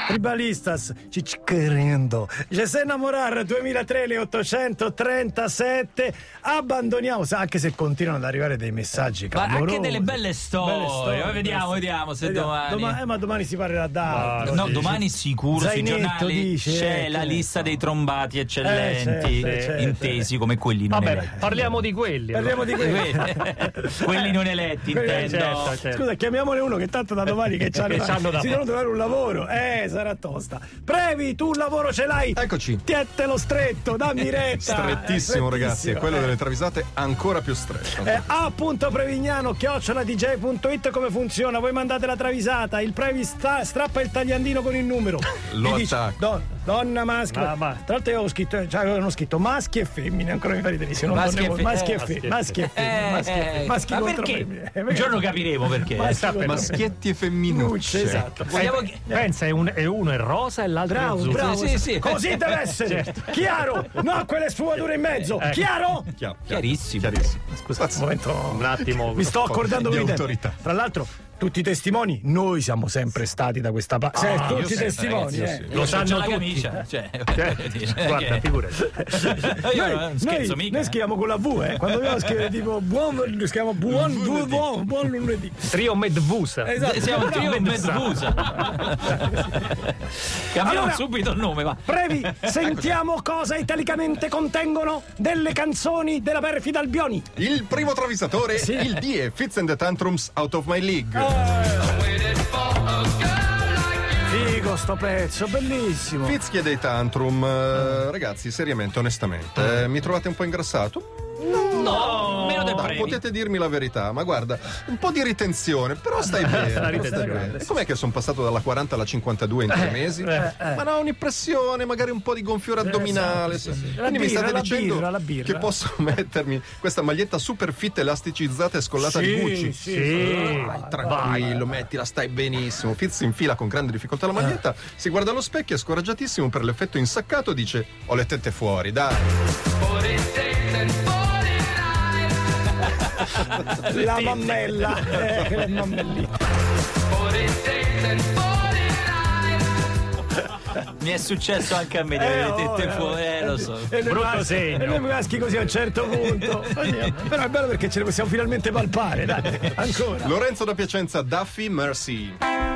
Tribalistas, ciccherendo. Je sais namorar 2003 le 837. Abbandoniamo, anche se continuano ad arrivare dei messaggi clamorosi. Ma anche delle belle storie. Vediamo se domani. Ma domani si parlerà d'altro. No, domani sicuro sui giornali dice, c'è la lista dei trombati eccellenti, certo. intesi come quelli non eletti. Parliamo di quelli. Quelli non eletti, intendo. Certo. Scusa, chiamiamone uno che tanto da domani che si devono trovare un lavoro. Sarà tosta. Previ, tu un lavoro ce l'hai? Eccoci. Tietelo stretto, dammi retta. Strettissimo, ragazzi, è quello delle travisate ancora più stretto. a.prevignano@dj.it. Come funziona? Voi mandate la travisata, il Previ strappa il tagliandino con il numero. Lo dice, attacca. donna, maschio. Tra l'altro io avevo scritto maschi e femmine, ancora mi fa riderissimo. Maschi e femmine. Maschi ma contro perché? femmine. Un giorno capiremo perché. Maschietti e femminucce. Esatto. Pensa, uno è rosa e l'altro è azzurro. Bravo. Sì. Così deve essere. Certo. Chiaro? No, quelle sfumature in mezzo. Chiaro? Chiarissimo. Scusa, un attimo. Mi sto accordando di con i autorità. tempi. Tra l'altro, tutti i testimoni, noi siamo sempre stati da questa parte. Tutti i testimoni. Lo sanno tutti. camicia. Guarda, figurati. Noi scriviamo con la V, Quando dobbiamo scrivere tipo buon, scriviamo buon lunedì. Trio Medvusa. Esatto. Siamo un trio Medvusa. Cambiamo subito il nome, va. Previ, sentiamo cosa italicamente contengono delle canzoni della perfida Albioni. Il primo travisatore, il Die Fits and the Tantrums Out of My League. Figo sto pezzo, bellissimo. Fitz chiede i tantrum. Ragazzi, seriamente, onestamente, mi trovate un po' ingrassato? No, meno del premio. Potete dirmi la verità, ma guarda, un po' di ritenzione, però stai bene. Com'è che sono passato dalla 40 alla 52 in 3 mesi? Ma no, un'impressione, magari un po' di gonfiore addominale. Quindi mi state dicendo che posso mettermi questa maglietta super fit, elasticizzata e scollata di Gucci? Sì. Vai, tranquillo, mettila, stai benissimo. Fitz infila con grande difficoltà la maglietta, si guarda allo specchio e scoraggiatissimo per l'effetto insaccato dice: ho le tette fuori, dai. La mammella, la mammellita. Mi è successo anche a me di avere tette fuori, lo so. Brutto segno. E noi maschi così a un certo punto. Però è bello perché ce le possiamo finalmente palpare, dai. Ancora. Lorenzo da Piacenza, Duffy Mercy.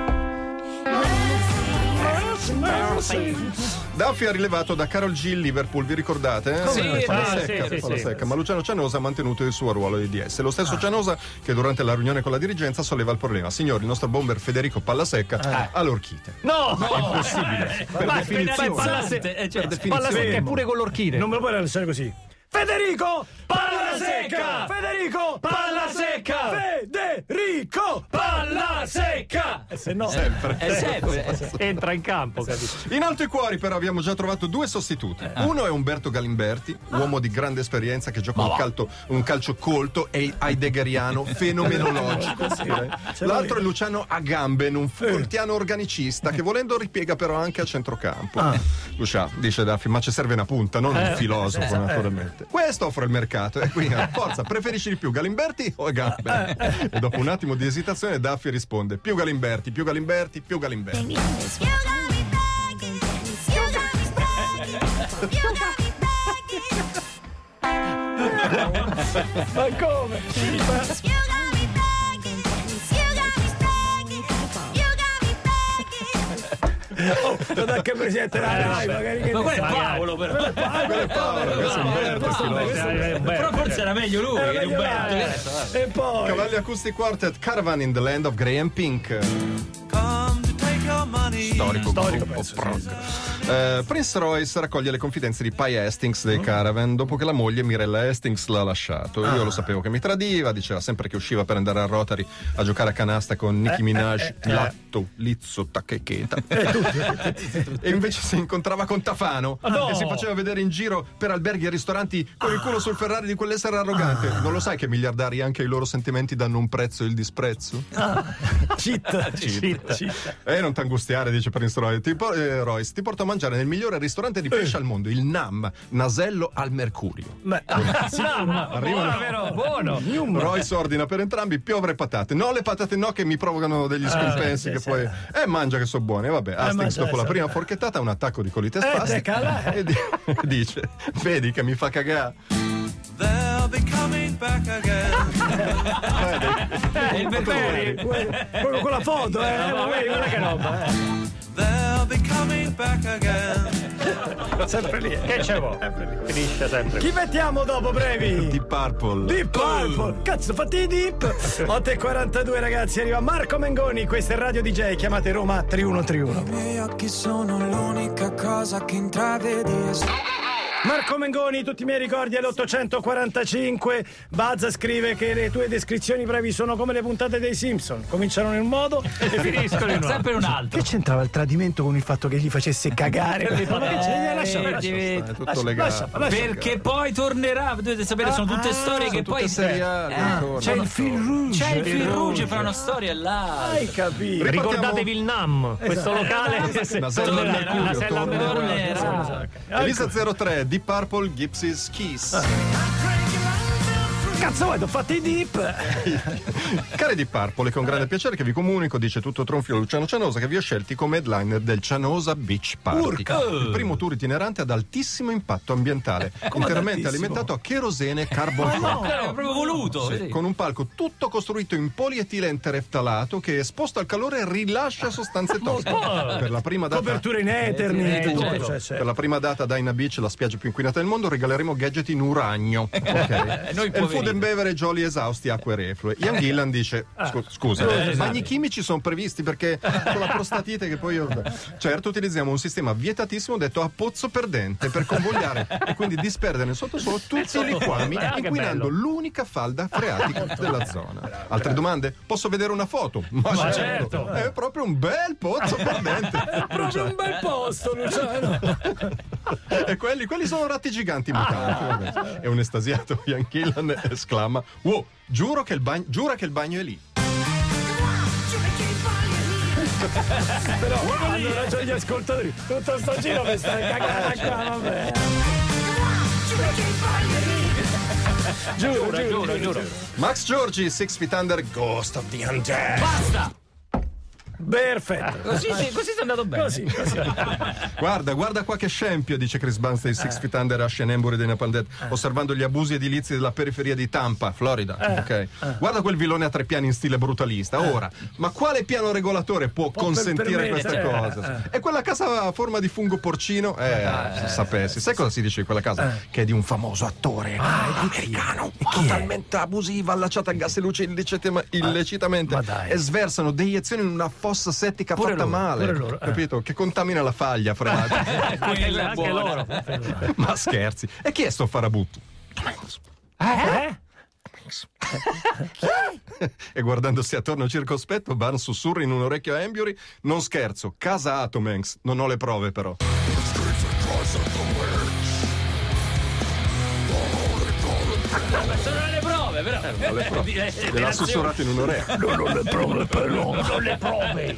Duffy ha rilevato da Karol G Liverpool, vi ricordate? Palla secca. Ma Luciano Cianosa ha mantenuto il suo ruolo di DS. Lo stesso Cianosa che durante la riunione con la dirigenza solleva il problema: signori, il nostro bomber Federico Pallasecca ha l'orchite. No! È impossibile. Per definizione. Palla secca è pure con l'orchide. Non me lo puoi lasciare così. Federico Pallasecca! Federico Pallasecca! Federico Pallasecca! E se no, Sempre. Entra in campo, capito? In Alto i Cuori però abbiamo già trovato 2 sostituti. Uno è Umberto Galimberti, uomo di grande esperienza che gioca un calcio colto e heideggeriano fenomenologico. L'altro è Luciano Agamben, un furtiano organicista che volendo ripiega però anche a centrocampo. Luciano, dice Duffy, ma ci serve una punta, non un filosofo naturalmente. Questo offre il mercato e quindi forza, preferisci di più Galimberti o Agamben? E dopo un attimo di esitazione Duffy risponde: più Galimberti. ma come? Non è che presidente Rai, magari che ma quello è Paolo, però. Però forse era meglio lui che Umberto. E poi Cavalli Acoustic Quartet, Caravan in the Land of Grey and Pink. Storico Prince Royce raccoglie le confidenze di Pi Hastings dei Caravan dopo che la moglie Mirella Hastings l'ha lasciato. Io lo sapevo che mi tradiva, diceva sempre che usciva per andare al Rotary a giocare a canasta con Nicki Minaj, Latto, Lizzo, Tacchecheta. E invece si incontrava con Tafano e si faceva vedere in giro per alberghi e ristoranti con il culo sul Ferrari di quell'essere arrogante. Non lo sai che miliardari anche ai loro sentimenti danno un prezzo e il disprezzo? cheat. Non t'angustiare, dice Prince Prince Royce, ti porto a mangiare nel migliore ristorante di pesce al mondo, il NAM, Nasello al Mercurio. Arrivano, buono. Royce ordina per entrambi piovre e patate. No, le patate no, che mi provocano degli scompensi che poi... mangia che sono buone. Vabbè, Hastings dopo la prima forchettata ha un attacco di colite spastica e dice, vedi che mi fa cagare. They'll be coming back again. Il Berberi. Con la foto, Guarda che roba. They'll be coming back again. sempre lì. Che c'è vuoi? Finisce sempre. Chi mettiamo dopo, brevi? Deep Purple. Deep Purple. Cazzo, fatti i Deep. 8:42 ragazzi, arriva Marco Mengoni, questo è Radio DJ, chiamate Roma 3131. I miei occhi sono l'unica cosa che intravedi. Marco Mengoni, tutti i miei ricordi all'845. Bazza scrive che le tue descrizioni brevi sono come le puntate dei Simpson, cominciano in un modo e Finiscono in Sempre un altro. Che c'entrava il tradimento con il fatto che gli facesse cagare? Lascia Tutto legato. Perché poi tornerà, dovete sapere, sono tutte storie che poi seriali. C'è il fil rouge. c'è il fil rouge, fa una storia là. Hai capito? Ricordatevi il NAM, questo locale. Nasello al Mercurio, Nasello al Mercurio. Tornerà. Elisa 03, Deep Purple, Gypsy's Kiss. Cazzo vuoi, t'ho fatto i Deep. Cari Deep Purple, è con grande piacere che vi comunico, dice tutto tronfio Luciano Cianosa, che vi ho scelti come headliner del Cianosa Beach Party. Il primo tour itinerante ad altissimo impatto ambientale, interamente alimentato a cherosene e carbon coke. È proprio voluto. Sì, con un palco tutto costruito in polietilene tereftalato che, esposto al calore, rilascia sostanze tossiche. Per la prima data, Coperture in Ethernet, tutto. cioè. per la prima data a Dina Beach, la spiaggia più inquinata del mondo, regaleremo gadget in uranio. Ok. Noi E il food poverini. and beverage, oli esausti, acque reflue. Ian Gillan dice: scusa, bagni chimici sono previsti perché con la prostatite che poi io. Certo, utilizziamo un sistema vietatissimo detto a pozzo perdente per convogliare e quindi disperdere nel sottosuolo tutti i liquami, inquinando l'unica falda freatica della zona. Altre domande? Posso vedere una foto? Ma certo. È proprio un bel pozzo perdente. Proprio un bel posto, Luciano. E quelli sono ratti giganti mutanti. Vabbè. E un estasiato Ian Gillan esclama: wow, giura che il bagno è lì. Però hanno ragione gli ascoltatori. Tutto sto giro per stare cagando qua, vabbè. Giuro. Max Giorgi, Six Feet Under, Ghost of the Undead. Basta. Perfetto. Così sei andato bene. Così. Guarda qua che scempio, dice Chris Bunst di Six Feet Under a Shenandoah dei Napalm Death, osservando gli abusi edilizi della periferia di Tampa, Florida. Ok. Guarda quel vilone a 3 piani in stile brutalista. Ora, ma quale piano regolatore può consentire queste cose? E quella casa a forma di fungo porcino? Se sapessi. Sai cosa si dice di quella casa? Che è di un famoso attore americano, totalmente abusiva, allacciata a gas e luce illecitamente, ma dai. e sversano deiezioni in una fossa settica Pure fatta loro, male, pure loro, capito? Che contamina la faglia freatica. Quella è Anche buona. loro. Ma scherzi, e chi è sto farabutto? E guardandosi attorno circospetto, Barnes sussurra in un orecchio a Embury: non scherzo, casa Atomenx, non ho le prove però. Sono le prove, però. Le prove. Gliel'ha sussurrato in un orecchio. Non ho le prove, però. Non ho le prove.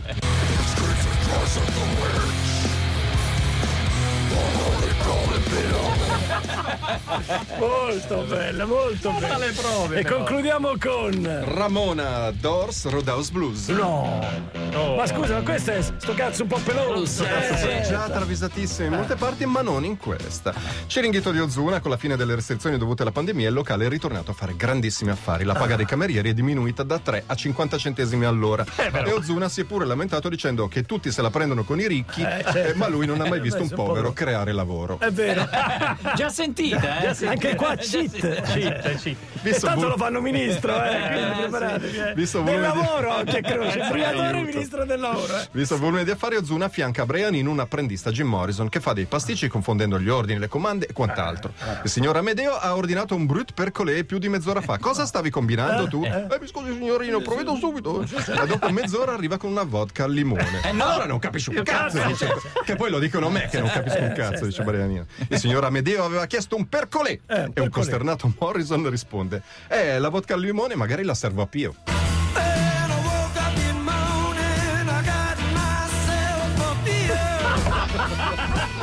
Molto bella, molto bella. Le prove. E concludiamo con Ramona Doors, Roadhouse Blues. Ma scusa, ma questo è sto cazzo un po' peloso. Già travisatissime in molte parti, ma non in questa. Ciringhito di Ozuna, con la fine delle restrizioni dovute alla pandemia, il locale è ritornato a fare grandissimi affari. La paga dei camerieri è diminuita da 3 a 50 centesimi all'ora. E Ozuna si è pure lamentato dicendo che tutti se la prendono con i ricchi, ma lui non ha mai visto un povero creare lavoro. È vero. Già sentita, Anche qua cheat. E tanto lo fanno ministro, quindi preparatevi. Visto Del volume di- lavoro, occhio e croce. Friatore ministro del lavoro. Visto il volume di affari, Ozuna affianca a Brian in un apprendista Jim Morrison che fa dei pasticci confondendo gli ordini, le comande e quant'altro. Il signor Amedeo ha ordinato un brut percolé più di mezz'ora fa. Cosa stavi combinando tu? Mi scusi signorino, provvedo subito. E dopo mezz'ora arriva con una vodka al limone. Allora non capisci un cazzo, dice. Che poi lo dicono a me che non capisco un cazzo, dice Brianina. Il signor Amedeo aveva chiesto un percolé e un costernato Morrison risponde: la vodka al limone magari la servo a Pio. Then I woke up in morning, I got myself a beer.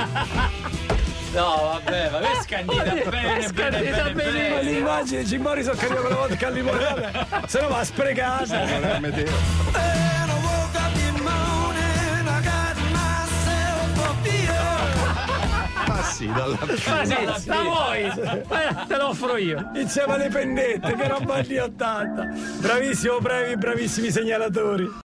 No, vabbè, ma che scandita bene. Ma l'immagine ci Morrison che arriva con la vodka al limonare, se no va sprecata. Non è Amedeo. Passi dalla Ma sì, la vuoi? Te lo offro io. Insieme alle pennette, che roba anni 80. Bravissimo, bravissimi segnalatori.